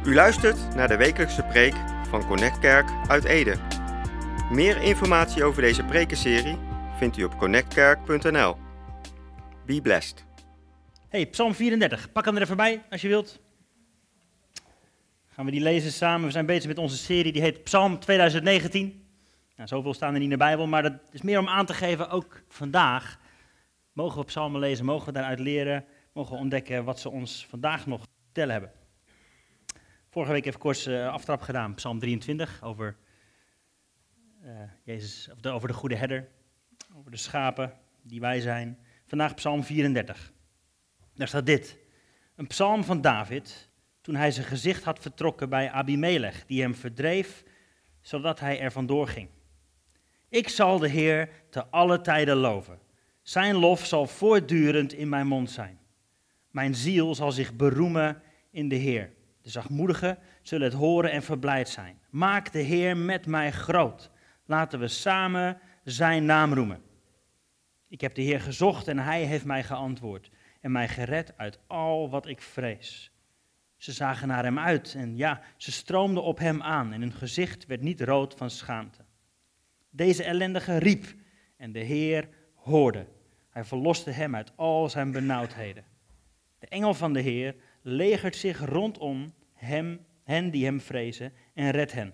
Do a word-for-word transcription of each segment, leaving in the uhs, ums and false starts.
U luistert naar de wekelijkse preek van Connect Kerk uit Ede. Meer informatie over deze prekenserie vindt u op connect kerk punt n l. Be blessed. Hey, Psalm vierendertig. Pak hem er even bij, als je wilt. Gaan we die lezen samen. We zijn bezig met onze serie, die heet Psalm twintig negentien. Nou, zoveel staan er niet in de Bijbel, maar dat is meer om aan te geven, ook vandaag mogen we psalmen lezen, mogen we daaruit leren, mogen we ontdekken wat ze ons vandaag nog te vertellen hebben. Vorige week even kort uh, aftrap gedaan, Psalm drieëntwintig, over, uh, Jezus, of de, over de goede herder, over de schapen die wij zijn. Vandaag Psalm vierendertig. Daar staat dit: een psalm van David, toen hij zijn gezicht had vertrokken bij Abimelech, die hem verdreef, zodat hij er vandoor ging. Ik zal de Heer te alle tijden loven. Zijn lof zal voortdurend in mijn mond zijn. Mijn ziel zal zich beroemen in de Heer. De zachtmoedigen zullen het horen en verblijd zijn. Maak de Heer met mij groot. Laten we samen zijn naam roemen. Ik heb de Heer gezocht en hij heeft mij geantwoord en mij gered uit al wat ik vrees. Ze zagen naar hem uit en ja, ze stroomden op hem aan en hun gezicht werd niet rood van schaamte. Deze ellendige riep en de Heer hoorde. Hij verloste hem uit al zijn benauwdheden. De engel van de Heer legert zich rondom hem, hen die hem vrezen, en redt hen.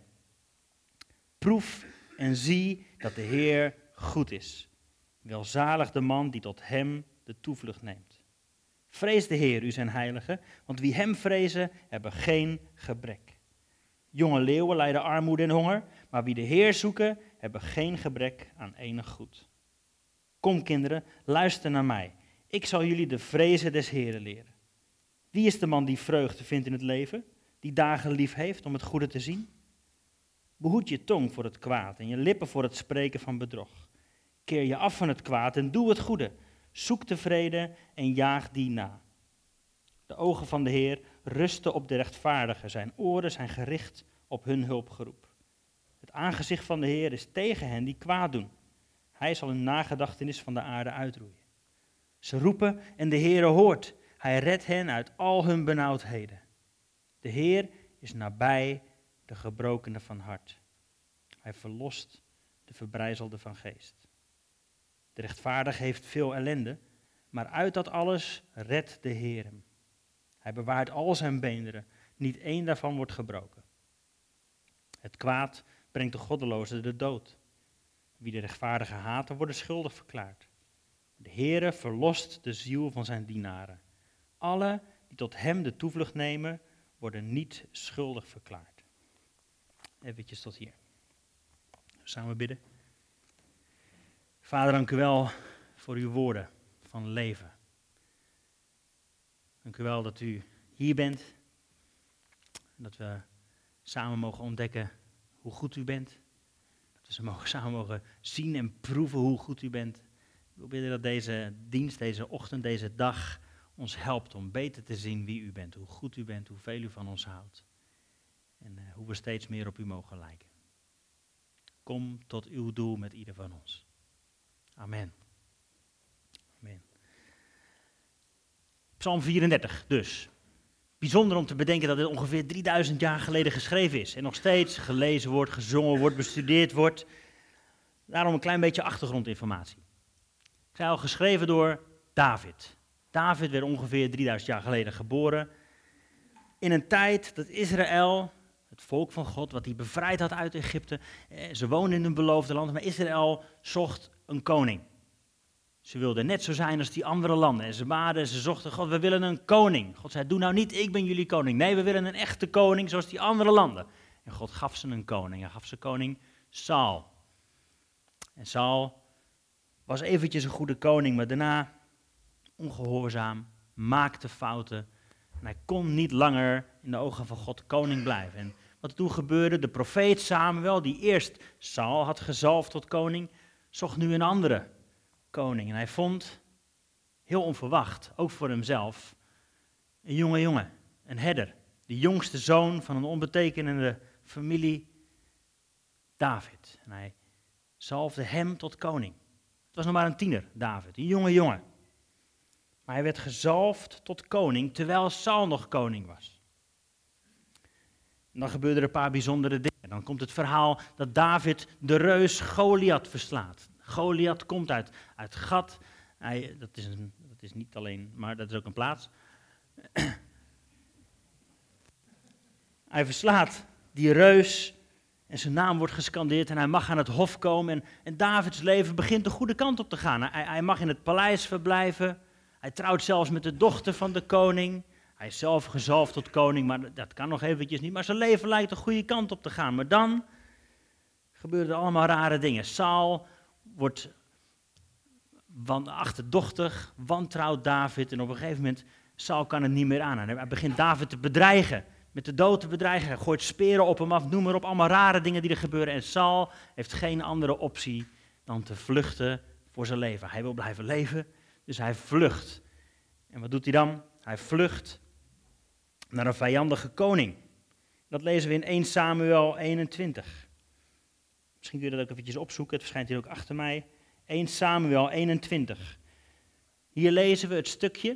Proef en zie dat de Heer goed is. Welzalig de man die tot hem de toevlucht neemt. Vrees de Heer, u zijn heiligen, want wie hem vrezen, hebben geen gebrek. Jonge leeuwen lijden armoede en honger, maar wie de Heer zoeken, hebben geen gebrek aan enig goed. Kom kinderen, luister naar mij. Ik zal jullie de vrezen des Heeren leren. Wie is de man die vreugde vindt in het leven, die dagen lief heeft om het goede te zien? Behoed je tong voor het kwaad en je lippen voor het spreken van bedrog. Keer je af van het kwaad en doe het goede. Zoek de vrede en jaag die na. De ogen van de Heer rusten op de rechtvaardigen, zijn oren zijn gericht op hun hulpgeroep. Het aangezicht van de Heer is tegen hen die kwaad doen. Hij zal hun nagedachtenis van de aarde uitroeien. Ze roepen en de Heer hoort. Hij redt hen uit al hun benauwdheden. De Heer is nabij de gebrokenen van hart. Hij verlost de verbrijzelden van geest. De rechtvaardige heeft veel ellende, maar uit dat alles redt de Heer hem. Hij bewaart al zijn beenderen, niet één daarvan wordt gebroken. Het kwaad brengt de goddeloze de dood. Wie de rechtvaardige haten, worden schuldig verklaard. De Heere verlost de ziel van zijn dienaren. Alle die tot hem de toevlucht nemen, worden niet schuldig verklaard. Eventjes tot hier. Samen bidden. Vader, dank u wel voor uw woorden van leven. Dank u wel dat u hier bent. En dat we samen mogen ontdekken hoe goed u bent. Dat we ze mogen, samen mogen zien en proeven hoe goed u bent. Ik wil bidden dat deze dienst, deze ochtend, deze dag ons helpt om beter te zien wie u bent. Hoe goed u bent, hoeveel u van ons houdt. En uh, hoe we steeds meer op u mogen lijken. Kom tot uw doel met ieder van ons. Amen. Amen. Psalm vierendertig dus. Bijzonder om te bedenken dat dit ongeveer drieduizend jaar geleden geschreven is. En nog steeds gelezen wordt, gezongen wordt, bestudeerd wordt. Daarom een klein beetje achtergrondinformatie. Ik zei al, geschreven door David. David werd ongeveer drieduizend jaar geleden geboren. In een tijd dat Israël, het volk van God, wat hij bevrijd had uit Egypte. Ze woonden in een beloofde land, maar Israël zocht een koning. Ze wilden net zo zijn als die andere landen. En ze baden, ze zochten, God, we willen een koning. God zei, doe nou niet, ik ben jullie koning. Nee, we willen een echte koning zoals die andere landen. En God gaf ze een koning. Hij gaf ze koning Saul. En Saul was eventjes een goede koning, maar daarna ongehoorzaam, maakte fouten. En hij kon niet langer in de ogen van God koning blijven. En wat er toen gebeurde, de profeet Samuel, die eerst Saul had gezalfd tot koning, zocht nu een andere koning. En hij vond, heel onverwacht, ook voor hemzelf, een jonge jongen, een herder. De jongste zoon van een onbetekenende familie, David. En hij zalfde hem tot koning. Het was nog maar een tiener, David, een jonge jongen. Maar hij werd gezalfd tot koning, terwijl Saul nog koning was. En dan gebeuren er een paar bijzondere dingen. Dan komt het verhaal dat David de reus Goliath verslaat. Goliath komt uit, uit Gat. Hij, dat, is een, dat is niet alleen, maar dat is ook een plaats. Hij verslaat die reus en zijn naam wordt gescandeerd en hij mag aan het hof komen. En, en Davids leven begint de goede kant op te gaan. Hij, hij mag in het paleis verblijven. Hij trouwt zelfs met de dochter van de koning. Hij is zelf gezalfd tot koning, maar dat kan nog eventjes niet. Maar zijn leven lijkt de goede kant op te gaan. Maar dan gebeuren er allemaal rare dingen. Saul wordt wan- achterdochtig, wantrouwt David. En op een gegeven moment, Saul kan het niet meer aan. Hij begint David te bedreigen, met de dood te bedreigen. Hij gooit speren op hem af, noem maar op. Allemaal rare dingen die er gebeuren. En Saul heeft geen andere optie dan te vluchten voor zijn leven. Hij wil blijven leven, dus hij vlucht. En wat doet hij dan? Hij vlucht naar een vijandige koning. Dat lezen we in eerste Samuel eenentwintig. Misschien kun je dat ook eventjes opzoeken, het verschijnt hier ook achter mij. eerste Samuel eenentwintig. Hier lezen we het stukje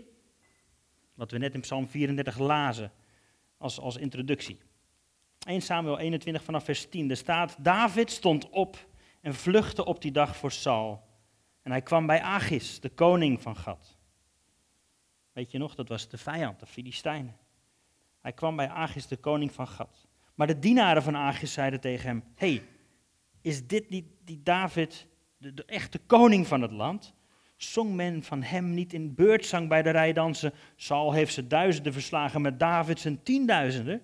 wat we net in Psalm vierendertig lazen als, als introductie. eerste Samuel eenentwintig vanaf vers tien. Er staat, David stond op en vluchtte op die dag voor Saul. En hij kwam bij Achis, de koning van Gat. Weet je nog, dat was de vijand, de Filistijnen. Hij kwam bij Achis, de koning van Gat. Maar de dienaren van Achis zeiden tegen hem, hey, is dit niet die David, de, de echte koning van het land? Zong men van hem niet in beurtzang bij de rijdansen? Saul heeft ze duizenden verslagen, met David zijn tienduizenden.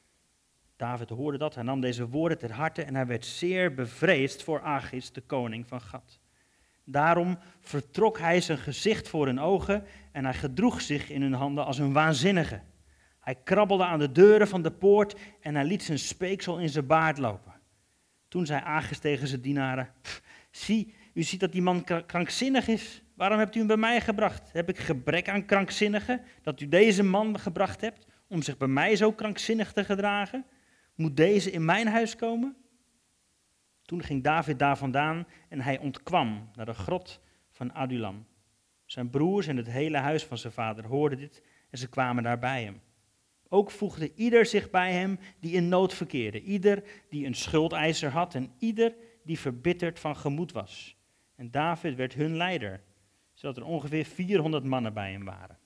David hoorde dat, hij nam deze woorden ter harte en hij werd zeer bevreesd voor Achis, de koning van Gat. Daarom vertrok hij zijn gezicht voor hun ogen en hij gedroeg zich in hun handen als een waanzinnige. Hij krabbelde aan de deuren van de poort en hij liet zijn speeksel in zijn baard lopen. Toen zei Achis tegen zijn dienaren, zie, u ziet dat die man krankzinnig is. Waarom hebt u hem bij mij gebracht? Heb ik gebrek aan krankzinnigen dat u deze man gebracht hebt om zich bij mij zo krankzinnig te gedragen? Moet deze in mijn huis komen? Toen ging David daar vandaan en hij ontkwam naar de grot van Adulam. Zijn broers en het hele huis van zijn vader hoorden dit en ze kwamen daar bij hem. Ook voegde ieder zich bij hem die in nood verkeerde. Ieder die een schuldeiser had en ieder die verbitterd van gemoed was. En David werd hun leider, zodat er ongeveer vierhonderd mannen bij hem waren.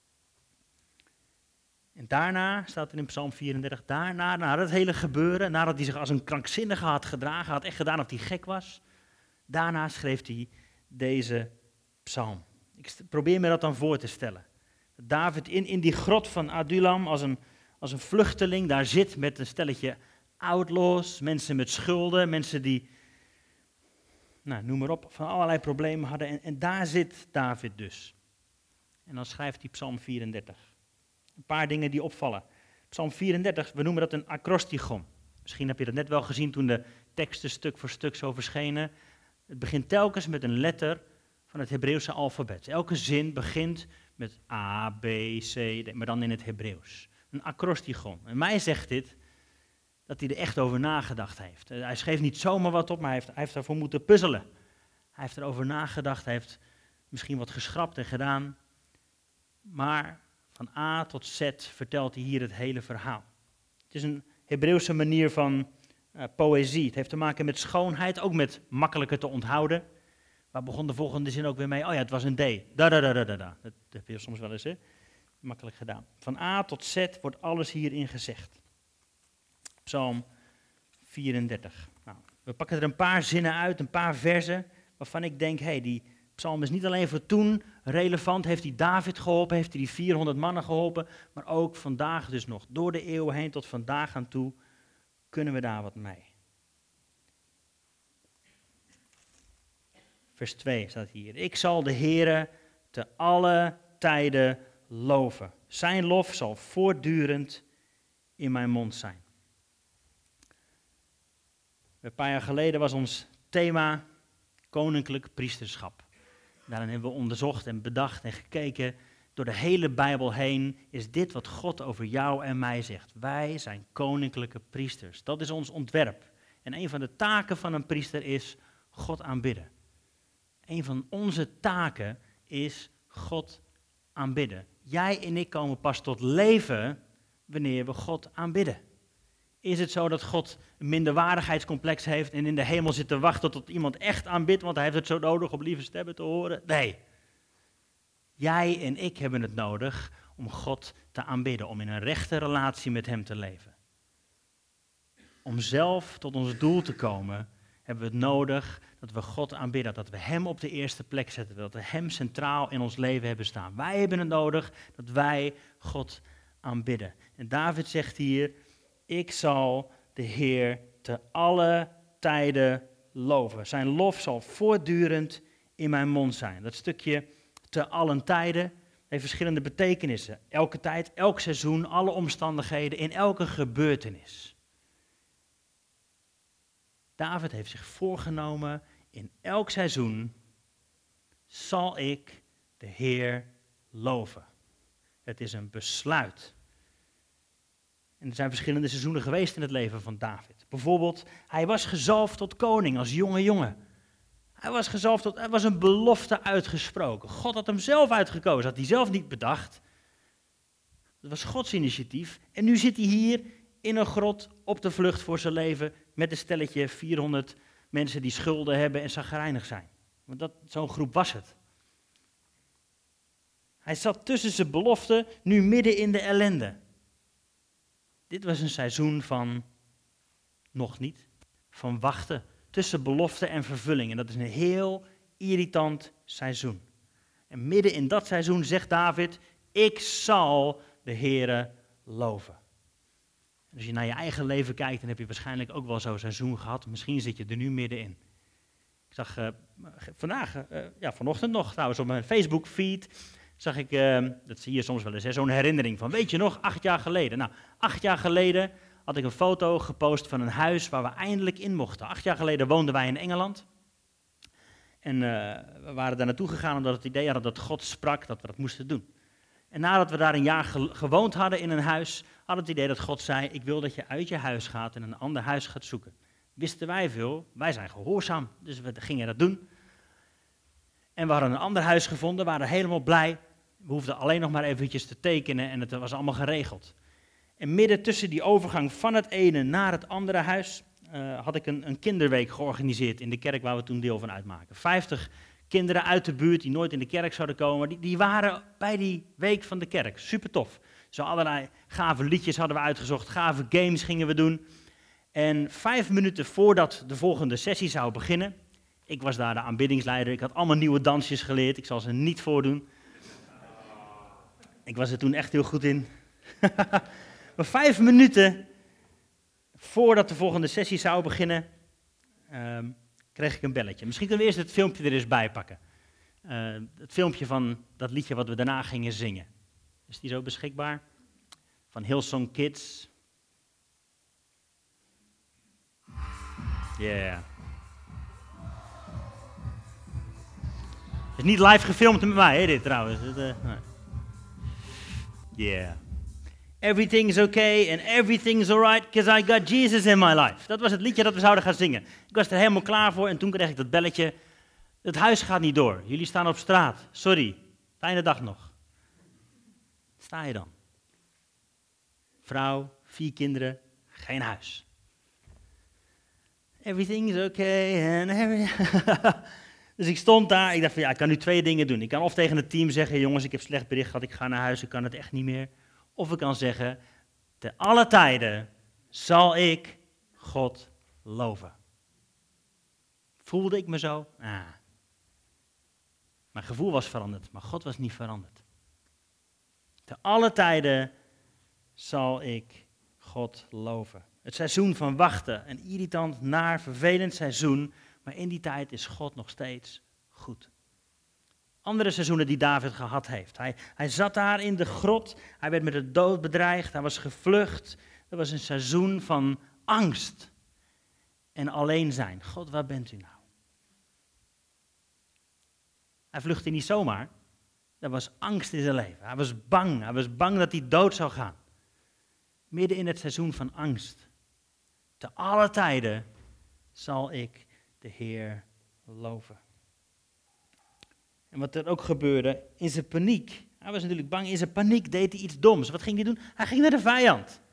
En daarna, staat er in Psalm vierendertig, daarna, na dat hele gebeuren, nadat hij zich als een krankzinnige had gedragen, had echt gedaan of hij gek was, daarna schreef hij deze psalm. Ik probeer me dat dan voor te stellen. David in, in die grot van Adulam als een, als een vluchteling daar zit met een stelletje outlaws, mensen met schulden, mensen die, nou, noem maar op, van allerlei problemen hadden. En, en daar zit David dus. En dan schrijft hij Psalm vierendertig. Een paar dingen die opvallen. Psalm vierendertig, we noemen dat een acrostigon. Misschien heb je dat net wel gezien toen de teksten stuk voor stuk zo verschenen. Het begint telkens met een letter van het Hebreeuwse alfabet. Elke zin begint met A, B, C, maar dan in het Hebreeuws. Een acrostigon. En mij zegt dit dat hij er echt over nagedacht heeft. Hij schreef niet zomaar wat op, maar hij heeft, hij heeft daarvoor moeten puzzelen. Hij heeft erover nagedacht, hij heeft misschien wat geschrapt en gedaan. Maar van A tot Z vertelt hij hier het hele verhaal. Het is een Hebreeuwse manier van uh, poëzie. Het heeft te maken met schoonheid, ook met makkelijker te onthouden. Waar begon de volgende zin ook weer mee? Oh ja, het was een D. Da, da, da, da, da, da. Dat heb je soms wel eens, hè? Makkelijk gedaan. Van A tot Z wordt alles hierin gezegd. Psalm vierendertig. Nou, we pakken er een paar zinnen uit, een paar verzen, waarvan ik denk, hé, hey, die psalm is niet alleen voor toen relevant, heeft hij David geholpen, heeft hij die vierhonderd mannen geholpen, maar ook vandaag dus nog, door de eeuwen heen tot vandaag aan toe, kunnen we daar wat mee. Vers twee staat hier, ik zal de Heere te alle tijden loven. Zijn lof zal voortdurend in mijn mond zijn. Een paar jaar geleden was ons thema koninklijk priesterschap. Daarin hebben we onderzocht en bedacht en gekeken. Door de hele Bijbel heen is dit wat God over jou en mij zegt. Wij zijn koninklijke priesters. Dat is ons ontwerp. En een van de taken van een priester is God aanbidden. Een van onze taken is God aanbidden. Jij en ik komen pas tot leven wanneer we God aanbidden. Is het zo dat God een minderwaardigheidscomplex heeft en in de hemel zit te wachten tot iemand echt aanbidt, want hij heeft het zo nodig om lieve stemmen te horen? Nee. Jij en ik hebben het nodig om God te aanbidden, om in een rechte relatie met hem te leven. Om zelf tot ons doel te komen, hebben we het nodig dat we God aanbidden, dat we hem op de eerste plek zetten, dat we hem centraal in ons leven hebben staan. Wij hebben het nodig dat wij God aanbidden. En David zegt hier, ik zal de Heer te alle tijden loven. Zijn lof zal voortdurend in mijn mond zijn. Dat stukje te allen tijden heeft verschillende betekenissen. Elke tijd, elk seizoen, alle omstandigheden, in elke gebeurtenis. David heeft zich voorgenomen, in elk seizoen zal ik de Heer loven. Het is een besluit. En er zijn verschillende seizoenen geweest in het leven van David. Bijvoorbeeld, hij was gezalfd tot koning als jonge jongen. Hij was gezalfd tot, er was een belofte uitgesproken. God had hem zelf uitgekozen, had hij zelf niet bedacht. Het was Gods initiatief. En nu zit hij hier in een grot op de vlucht voor zijn leven met een stelletje vierhonderd mensen die schulden hebben en chagrijnig zijn. Want dat, zo'n groep was het. Hij zat tussen zijn beloften, nu midden in de ellende. Dit was een seizoen van, nog niet, van wachten tussen belofte en vervulling. En dat is een heel irritant seizoen. En midden in dat seizoen zegt David, ik zal de Heere loven. En als je naar je eigen leven kijkt, dan heb je waarschijnlijk ook wel zo'n seizoen gehad. Misschien zit je er nu middenin. Ik zag uh, vandaag, uh, ja, vanochtend nog trouwens op mijn Facebook feed, zag ik, uh, dat zie je soms wel eens, hè, zo'n herinnering van, weet je nog, acht jaar geleden. Nou, acht jaar geleden had ik een foto gepost van een huis waar we eindelijk in mochten. Acht jaar geleden woonden wij in Engeland. En uh, we waren daar naartoe gegaan omdat we het idee hadden dat God sprak dat we dat moesten doen. En nadat we daar een jaar ge- gewoond hadden in een huis, hadden we het idee dat God zei, ik wil dat je uit je huis gaat en een ander huis gaat zoeken. Wisten wij veel, wij zijn gehoorzaam, dus we gingen dat doen. En we hadden een ander huis gevonden, waren helemaal blij. We hoefden alleen nog maar eventjes te tekenen en het was allemaal geregeld. En midden tussen die overgang van het ene naar het andere huis uh, had ik een, een kinderweek georganiseerd in de kerk waar we toen deel van uitmaken. Vijftig kinderen uit de buurt die nooit in de kerk zouden komen, die, die waren bij die week van de kerk. Super tof. Zo allerlei gave liedjes hadden we uitgezocht, gave games gingen we doen. En vijf minuten voordat de volgende sessie zou beginnen, ik was daar de aanbiddingsleider, ik had allemaal nieuwe dansjes geleerd, ik zal ze niet voordoen. Ik was er toen echt heel goed in. Maar vijf minuten voordat de volgende sessie zou beginnen, um, kreeg ik een belletje. Misschien kunnen we eerst het filmpje er eens bij pakken. Uh, het filmpje van dat liedje wat we daarna gingen zingen. Is die zo beschikbaar? Van Hillsong Kids. Ja. Yeah. Het is niet live gefilmd met mij, hè, dit trouwens. Het, uh, nee. Yeah. Everything's okay and everything's alright because I got Jesus in my life. Dat was het liedje dat we zouden gaan zingen. Ik was er helemaal klaar voor en toen kreeg ik dat belletje. Het huis gaat niet door. Jullie staan op straat. Sorry. Fijne dag nog. Sta je dan? Vrouw, vier kinderen, geen huis. Everything's okay and everything... Dus ik stond daar, ik dacht van ja, ik kan nu twee dingen doen. Ik kan of tegen het team zeggen, jongens, ik heb slecht bericht gehad, ik ga naar huis, ik kan het echt niet meer. Of ik kan zeggen, te alle tijden zal ik God loven. Voelde ik me zo? Ah. Mijn gevoel was veranderd, maar God was niet veranderd. Te alle tijden zal ik God loven. Het seizoen van wachten, een irritant, naar, vervelend seizoen, maar in die tijd is God nog steeds goed. Andere seizoenen die David gehad heeft. Hij, hij zat daar in de grot, hij werd met de dood bedreigd, hij was gevlucht. Dat was een seizoen van angst en alleen zijn. God, waar bent u nou? Hij vluchtte niet zomaar, er was angst in zijn leven. Hij was bang, hij was bang dat hij dood zou gaan. Midden in het seizoen van angst. Te alle tijden zal ik de Heer loven. En wat er ook gebeurde, in zijn paniek, hij was natuurlijk bang, in zijn paniek deed hij iets doms. Wat ging hij doen? Hij ging naar de vijand.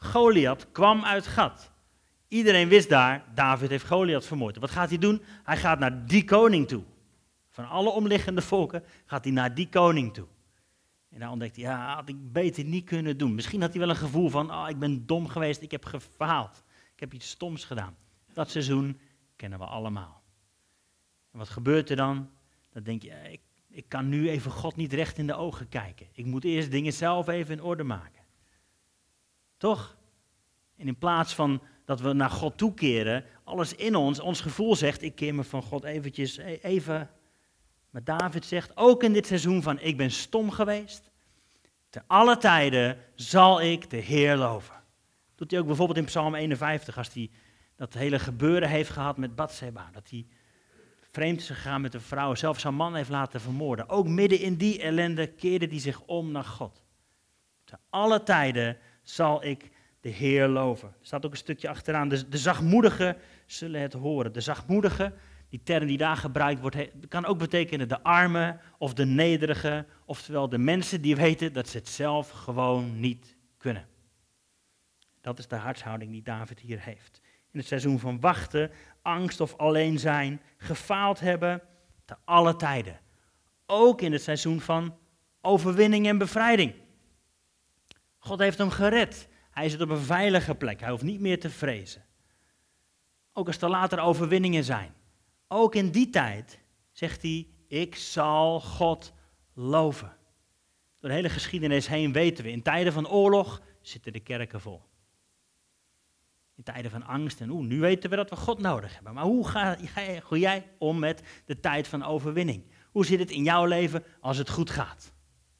Goliath kwam uit Gat. Iedereen wist daar, David heeft Goliath vermoord. Wat gaat hij doen? Hij gaat naar die koning toe. Van alle omliggende volken gaat hij naar die koning toe. En daar ontdekt hij, ja, had ik beter niet kunnen doen. Misschien had hij wel een gevoel van, oh, ik ben dom geweest, ik heb gefaald. Ik heb iets stoms gedaan. Dat seizoen kennen we allemaal. En wat gebeurt er dan? Dan denk je, ik, ik kan nu even God niet recht in de ogen kijken. Ik moet eerst dingen zelf even in orde maken. Toch? En in plaats van dat we naar God toekeren, alles in ons, ons gevoel zegt, ik keer me van God eventjes even. Maar David zegt, ook in dit seizoen van, ik ben stom geweest. Te alle tijden zal ik de Heer loven. Doet hij ook bijvoorbeeld in Psalm eenenvijftig, als hij dat hele gebeuren heeft gehad met Batseba. Dat hij vreemd is gegaan met een vrouw, zelfs zijn man heeft laten vermoorden. Ook midden in die ellende keerde hij zich om naar God. Te alle tijden zal ik de Heer loven. Er staat ook een stukje achteraan, de, de zachtmoedigen zullen het horen. De zachtmoedigen, die term die daar gebruikt wordt, kan ook betekenen de armen of de nederigen. Oftewel de mensen die weten dat ze het zelf gewoon niet kunnen. Dat is de hartshouding die David hier heeft. In het seizoen van wachten, angst of alleen zijn, gefaald hebben, te alle tijden. Ook in het seizoen van overwinning en bevrijding. God heeft hem gered. Hij zit op een veilige plek. Hij hoeft niet meer te vrezen. Ook als er later overwinningen zijn. Ook in die tijd zegt hij, ik zal God loven. Door de hele geschiedenis heen weten we, in tijden van oorlog zitten de kerken vol. In tijden van angst en oeh, nu weten we dat we God nodig hebben. Maar hoe ga jij, ga jij om met de tijd van overwinning? Hoe zit het in jouw leven als het goed gaat?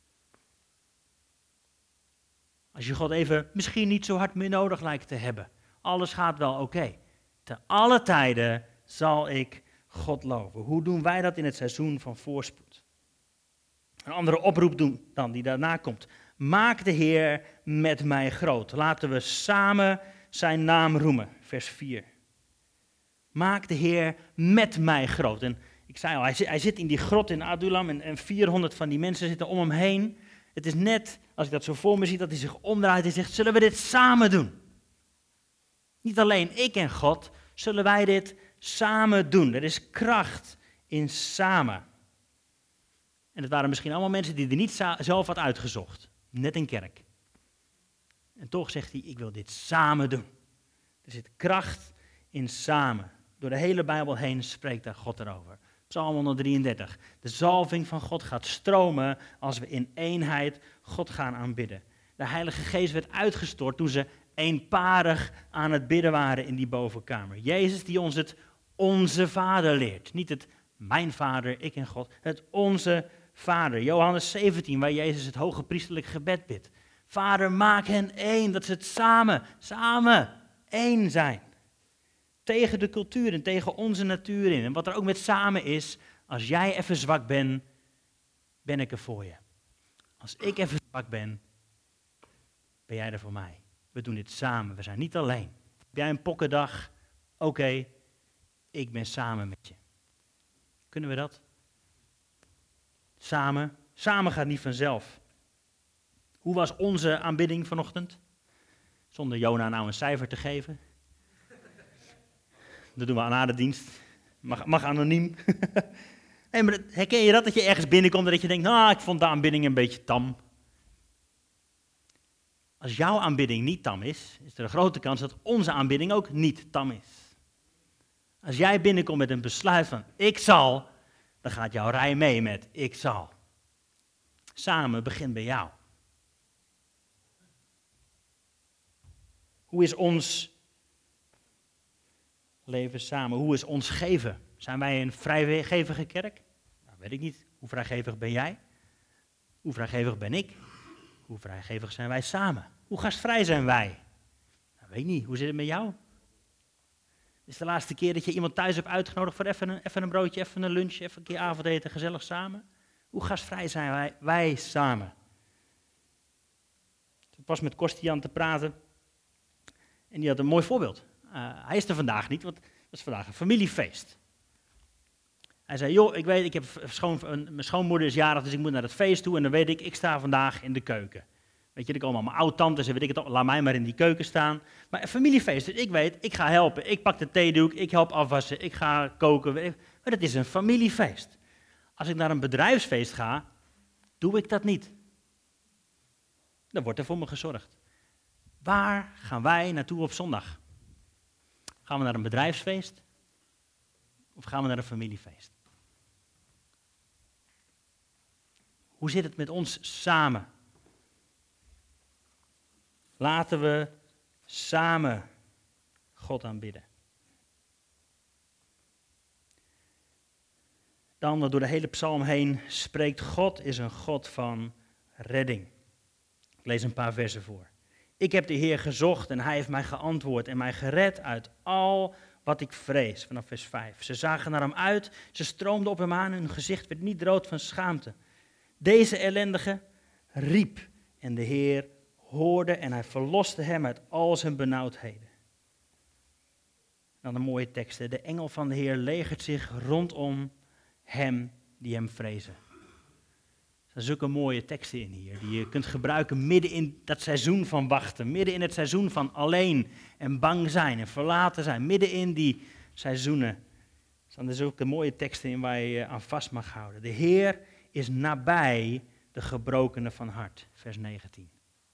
Als je God even misschien niet zo hard meer nodig lijkt te hebben. Alles gaat wel oké. Okay. Te alle tijden zal ik God loven. Hoe doen wij dat in het seizoen van voorspoed? Een andere oproep doen dan die daarna komt. Maak de Heer met mij groot. Laten we samen zijn naam roemen. Vers vier. Maak de Heer met mij groot. En ik zei al, hij zit, hij zit in die grot in Adullam en, en vierhonderd van die mensen zitten om hem heen. Het is net, als ik dat zo voor me zie, dat hij zich omdraait en zegt, zullen we dit samen doen? Niet alleen ik en God, zullen wij dit samen doen. Er is kracht in samen. En het waren misschien allemaal mensen die er niet za- zelf had uitgezocht. Net een kerk. En toch zegt hij, ik wil dit samen doen. Er zit kracht in samen. Door de hele Bijbel heen spreekt daar God erover. Psalm honderddrieëndertig. De zalving van God gaat stromen als we in eenheid God gaan aanbidden. De Heilige Geest werd uitgestort toen ze eenparig aan het bidden waren in die bovenkamer. Jezus die ons het onze Vader leert. Niet het mijn Vader, ik en God. Het onze Vader. Johannes zeventien, waar Jezus het hoge priesterlijk gebed bidt. Vader, maak hen één, dat ze het samen, samen één zijn. Tegen de cultuur en tegen onze natuur in. En wat er ook met samen is, als jij even zwak bent, ben ik er voor je. Als ik even zwak ben, ben jij er voor mij. We doen dit samen, we zijn niet alleen. Heb jij een pokkendag? Oké, okay, ik ben samen met je. Kunnen we dat? Samen. Samen gaat niet vanzelf. Hoe was onze aanbidding vanochtend? Zonder Jona nou een cijfer te geven. Dat doen we na de dienst. Mag, mag anoniem. Nee, maar herken je dat? Dat je ergens binnenkomt en dat je denkt, nou, ik vond de aanbidding een beetje tam. Als jouw aanbidding niet tam is, is er een grote kans dat onze aanbidding ook niet tam is. Als jij binnenkomt met een besluit van, ik zal, dan gaat jouw rij mee met, ik zal. Samen begint bij jou. Hoe is ons leven samen? Hoe is ons geven? Zijn wij een vrijgevige kerk? Nou, weet ik niet. Hoe vrijgevig ben jij? Hoe vrijgevig ben ik? Hoe vrijgevig zijn wij samen? Hoe gastvrij zijn wij? Nou, weet ik niet. Hoe zit het met jou? Dit is de laatste keer dat je iemand thuis hebt uitgenodigd voor even een, even een broodje, even een lunch, even een keer avondeten, gezellig samen. Hoe gastvrij zijn wij, wij samen? Ik was met Kostian te praten en die had een mooi voorbeeld. Uh, hij is er vandaag niet, want het is vandaag een familiefeest. Hij zei, joh, ik weet, ik heb schoon, een, mijn schoonmoeder is jarig, dus ik moet naar het feest toe en dan weet ik, ik sta vandaag in de keuken. Weet je, er komen allemaal oud-tantes en weet ik het, laat mij maar in die keuken staan. Maar een familiefeest, dus ik weet, ik ga helpen. Ik pak de theedoek, ik help afwassen, ik ga koken. Maar dat is een familiefeest. Als ik naar een bedrijfsfeest ga, doe ik dat niet. Dan wordt er voor me gezorgd. Waar gaan wij naartoe op zondag? Gaan we naar een bedrijfsfeest? Of gaan we naar een familiefeest? Hoe zit het met ons samen? Laten we samen God aanbidden. Dan, door de hele psalm heen, spreekt God is een God van redding. Ik lees een paar versen voor. Ik heb de Heer gezocht en hij heeft mij geantwoord en mij gered uit al wat ik vrees. Vanaf vers vijf. Ze zagen naar hem uit, ze stroomden op hem aan, hun gezicht werd niet rood van schaamte. Deze ellendige riep en de Heer hoorde en hij verloste hem uit al zijn benauwdheden. Dan een mooie tekst. Hè? De engel van de Heer legert zich rondom hem die hem vrezen. Er zijn zulke mooie teksten in hier, die je kunt gebruiken midden in dat seizoen van wachten. Midden in het seizoen van alleen en bang zijn en verlaten zijn. Midden in die seizoenen. Er staan zulke mooie teksten in waar je je aan vast mag houden. De Heer is nabij de gebrokenen van hart. Vers negentien.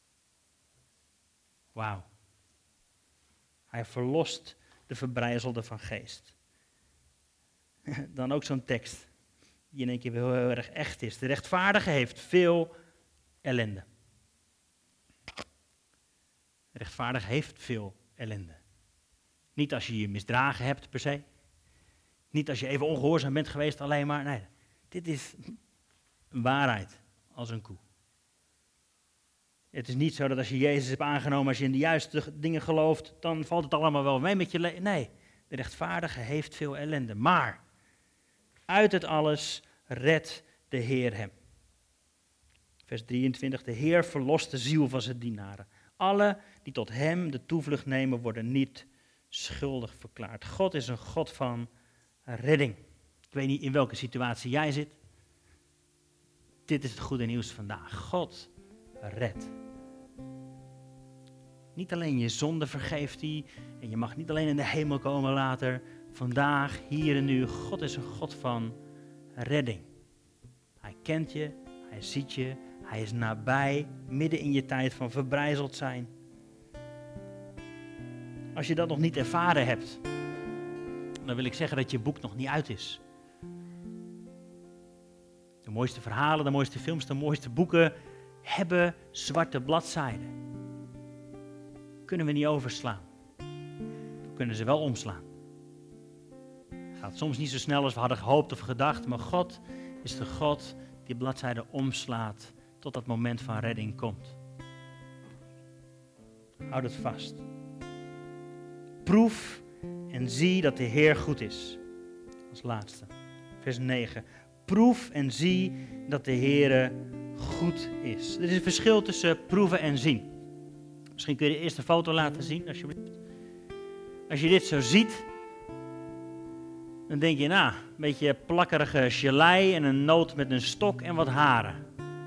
Wauw. Hij verlost de verbrijzelden van geest. Dan ook zo'n tekst die in één keer heel, heel erg echt is. De rechtvaardige heeft veel ellende. De rechtvaardige heeft veel ellende. Niet als je je misdragen hebt per se. Niet als je even ongehoorzaam bent geweest alleen maar. Nee, dit is een waarheid als een koe. Het is niet zo dat als je Jezus hebt aangenomen, als je in de juiste dingen gelooft, dan valt het allemaal wel mee met je leven. Nee, de rechtvaardige heeft veel ellende. Maar uit het alles redt de Heer hem. Vers drieëntwintig, de Heer verlost de ziel van zijn dienaren. Alle die tot hem de toevlucht nemen, worden niet schuldig verklaard. God is een God van redding. Ik weet niet in welke situatie jij zit. Dit is het goede nieuws vandaag. God redt. Niet alleen je zonde vergeeft hij en je mag niet alleen in de hemel komen later. Vandaag, hier en nu, God is een God van redding. Hij kent je, hij ziet je, hij is nabij, midden in je tijd van verbrijzeld zijn. Als je dat nog niet ervaren hebt, dan wil ik zeggen dat je boek nog niet uit is. De mooiste verhalen, de mooiste films, de mooiste boeken hebben zwarte bladzijden. Kunnen we niet overslaan. We kunnen ze wel omslaan. Het gaat soms niet zo snel als we hadden gehoopt of gedacht, maar God is de God die bladzijden omslaat tot dat moment van redding komt. Houd het vast. Proef en zie dat de Heer goed is. Als laatste, vers negen. Proef en zie dat de Heer goed is. Er is een verschil tussen proeven en zien. Misschien kun je de eerste foto laten zien, alsjeblieft. Als je dit zo ziet, dan denk je, nou, een beetje plakkerige gelei en een noot met een stok en wat haren.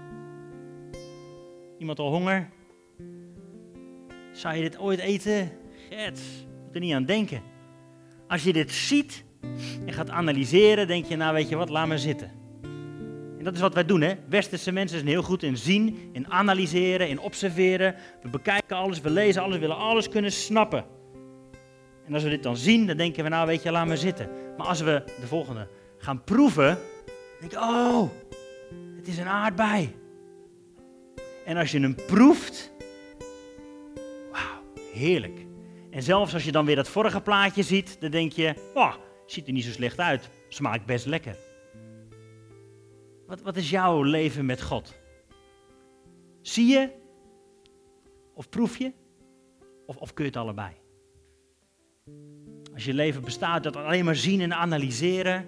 Iemand al honger? Zou je dit ooit eten? Gert, moet er niet aan denken. Als je dit ziet en gaat analyseren, denk je, nou weet je wat, laat maar zitten. En dat is wat wij doen, hè. Westerse mensen zijn heel goed in zien, in analyseren, in observeren. We bekijken alles, we lezen alles, we willen alles kunnen snappen. En als we dit dan zien, dan denken we, nou weet je, laat maar zitten. Maar als we de volgende gaan proeven, dan denk je, oh, het is een aardbei. En als je hem proeft, wauw, heerlijk. En zelfs als je dan weer dat vorige plaatje ziet, dan denk je, oh, ziet er niet zo slecht uit, smaakt best lekker. Wat, wat is jouw leven met God? Zie je? Of proef je? Of, of kun je het allebei? Als je leven bestaat uit alleen maar zien en analyseren,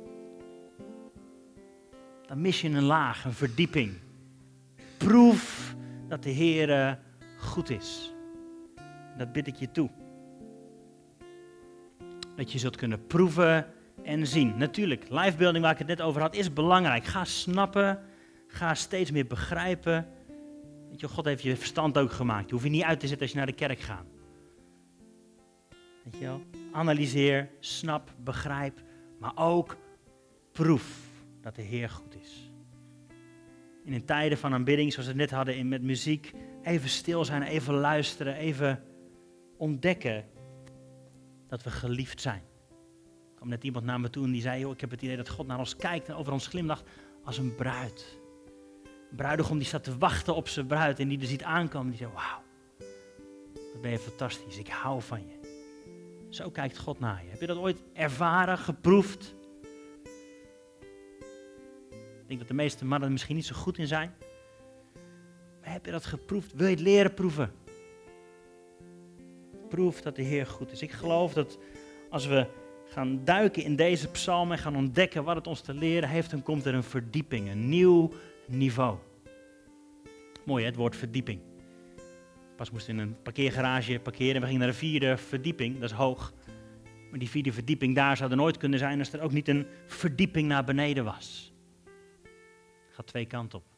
dan mis je een laag, een verdieping. Proef dat de Heer goed is. Dat bid ik je toe. Dat je zult kunnen proeven en zien. Natuurlijk, lifebuilding waar ik het net over had, is belangrijk. Ga snappen, ga steeds meer begrijpen. Weet je, God heeft je verstand ook gemaakt. Je hoeft je niet uit te zetten als je naar de kerk gaat. Weet je wel? Analyseer, snap, begrijp, maar ook proef dat de Heer goed is. En in tijden van aanbidding, zoals we het net hadden in, met muziek, even stil zijn, even luisteren, even ontdekken dat we geliefd zijn. Er kwam net iemand naar me toe en die zei, joh, ik heb het idee dat God naar ons kijkt en over ons glimlacht als een bruid. Een bruidegom die staat te wachten op zijn bruid en die er ziet aankomen. Die zegt, wauw, wat ben je fantastisch, ik hou van je. Zo kijkt God naar je. Heb je dat ooit ervaren, geproefd? Ik denk dat de meeste mannen er misschien niet zo goed in zijn. Maar heb je dat geproefd? Wil je het leren proeven? Proef dat de Heer goed is. Ik geloof dat als we gaan duiken in deze psalm en gaan ontdekken wat het ons te leren heeft, dan komt er een verdieping, een nieuw niveau. Mooi hè, het woord verdieping. Pas moest in een parkeergarage parkeren en we gingen naar de vierde verdieping, dat is hoog. Maar die vierde verdieping daar zou er nooit kunnen zijn als er ook niet een verdieping naar beneden was. Het gaat twee kanten op.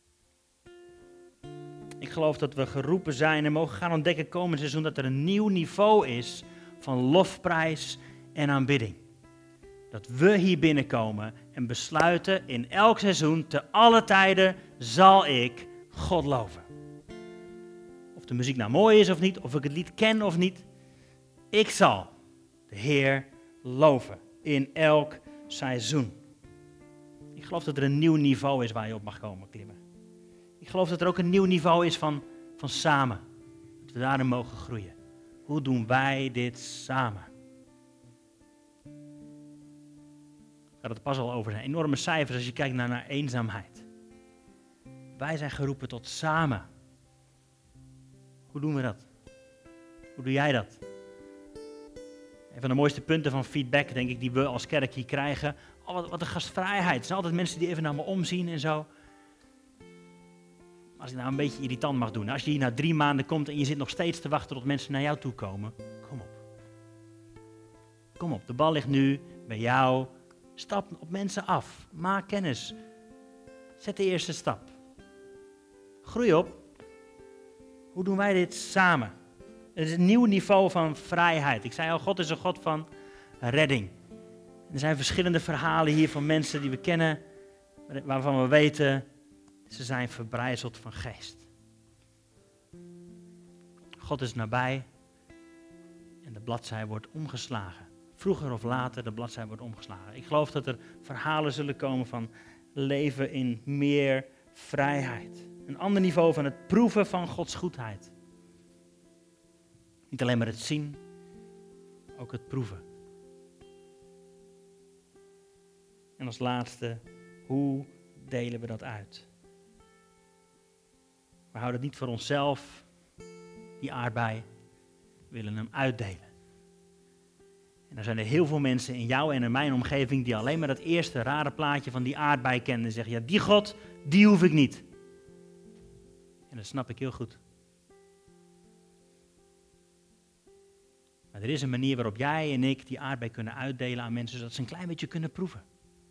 Ik geloof dat we geroepen zijn en mogen gaan ontdekken komend seizoen dat er een nieuw niveau is van lofprijs en aanbidding. Dat we hier binnenkomen en besluiten in elk seizoen, te alle tijden zal ik God loven. Of de muziek nou mooi is of niet, of ik het lied ken of niet. Ik zal de Heer loven in elk seizoen. Ik geloof dat er een nieuw niveau is waar je op mag komen klimmen. Ik geloof dat er ook een nieuw niveau is van, van samen. Dat we daarin mogen groeien. Hoe doen wij dit samen? Gaat het pas al over zijn enorme cijfers als je kijkt naar, naar eenzaamheid. Wij zijn geroepen tot samen. Hoe doen we dat? Hoe doe jij dat? Een van de mooiste punten van feedback, denk ik, die we als kerk hier krijgen. Oh, wat, wat een gastvrijheid. Er zijn altijd mensen die even naar me omzien en zo. Als ik nou een beetje irritant mag doen. Als je hier na drie maanden komt en je zit nog steeds te wachten tot mensen naar jou toe komen. Kom op. Kom op, de bal ligt nu bij jou. Stap op mensen af. Maak kennis. Zet de eerste stap. Groei op. Hoe doen wij dit samen? Het is een nieuw niveau van vrijheid. Ik zei al, God is een God van redding. Er zijn verschillende verhalen hier van mensen die we kennen, waarvan we weten, ze zijn verbrijzeld van geest. God is nabij en de bladzij wordt omgeslagen. Vroeger of later, de bladzij wordt omgeslagen. Ik geloof dat er verhalen zullen komen van leven in meer vrijheid. Een ander niveau van het proeven van Gods goedheid. Niet alleen maar het zien, ook het proeven. En als laatste, hoe delen we dat uit? We houden het niet voor onszelf, die aardbei, we willen hem uitdelen. En er zijn er heel veel mensen in jouw en in mijn omgeving die alleen maar dat eerste rare plaatje van die aardbei kennen en zeggen, ja, die God, die hoef ik niet. En dat snap ik heel goed. Maar er is een manier waarop jij en ik die aardbei kunnen uitdelen aan mensen, zodat ze een klein beetje kunnen proeven.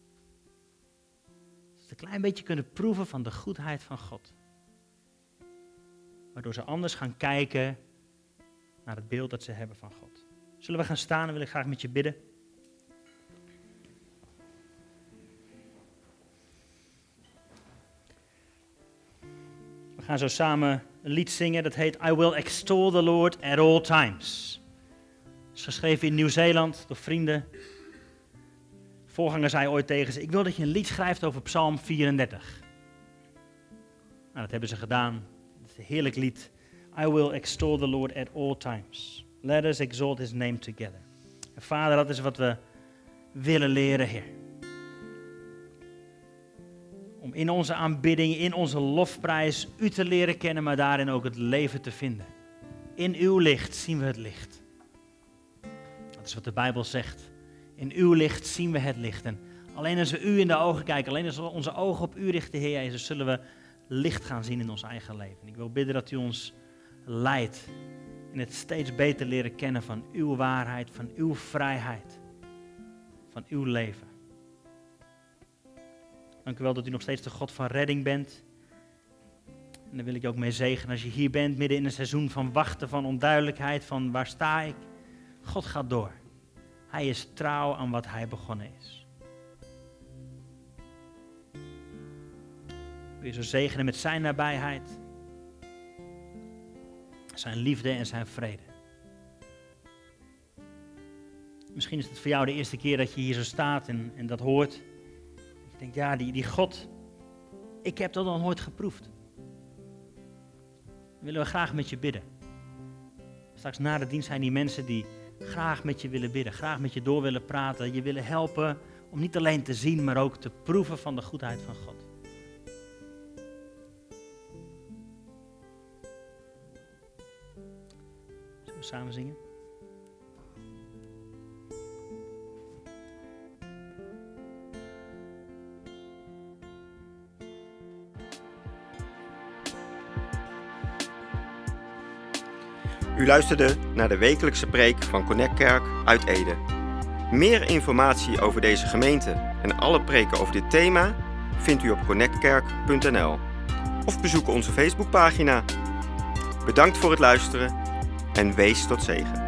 Dat ze een klein beetje kunnen proeven van de goedheid van God. Waardoor ze anders gaan kijken naar het beeld dat ze hebben van God. Zullen we gaan staan en wil ik graag met je bidden. We gaan zo samen een lied zingen, dat heet I Will Extol the Lord at All Times. Het is geschreven in Nieuw-Zeeland door vrienden. De voorganger zei ooit tegen ze, ik wil dat je een lied schrijft over Psalm vierendertig. Nou, dat hebben ze gedaan. Het is een heerlijk lied. I will extol the Lord at all times. Let us exalt his name together. En Vader, dat is wat we willen leren, Heer. Om in onze aanbidding, in onze lofprijs, u te leren kennen, maar daarin ook het leven te vinden. In uw licht zien we het licht. Dat is wat de Bijbel zegt. In uw licht zien we het licht. En alleen als we u in de ogen kijken, alleen als we onze ogen op u richten, Heer Jezus, zullen we licht gaan zien in ons eigen leven. Ik wil bidden dat u ons leidt in het steeds beter leren kennen van uw waarheid, van uw vrijheid, van uw leven. Dank u wel dat u nog steeds de God van redding bent. En daar wil ik je ook mee zegenen als je hier bent, midden in een seizoen van wachten, van onduidelijkheid, van waar sta ik? God gaat door. Hij is trouw aan wat hij begonnen is. Ik wil je zo zegenen met zijn nabijheid, zijn liefde en zijn vrede. Misschien is het voor jou de eerste keer dat je hier zo staat en, en dat hoort. Je denkt, ja, die, die God, ik heb dat nog nooit geproefd. Dan willen we graag met je bidden. Straks na de dienst zijn die mensen die graag met je willen bidden, graag met je door willen praten, je willen helpen om niet alleen te zien, maar ook te proeven van de goedheid van God. Zullen we samen zingen? U luisterde naar de wekelijkse preek van Connect Kerk uit Ede. Meer informatie over deze gemeente en alle preken over dit thema vindt u op connect kerk punt n l of bezoek onze Facebookpagina. Bedankt voor het luisteren en wees tot zegen.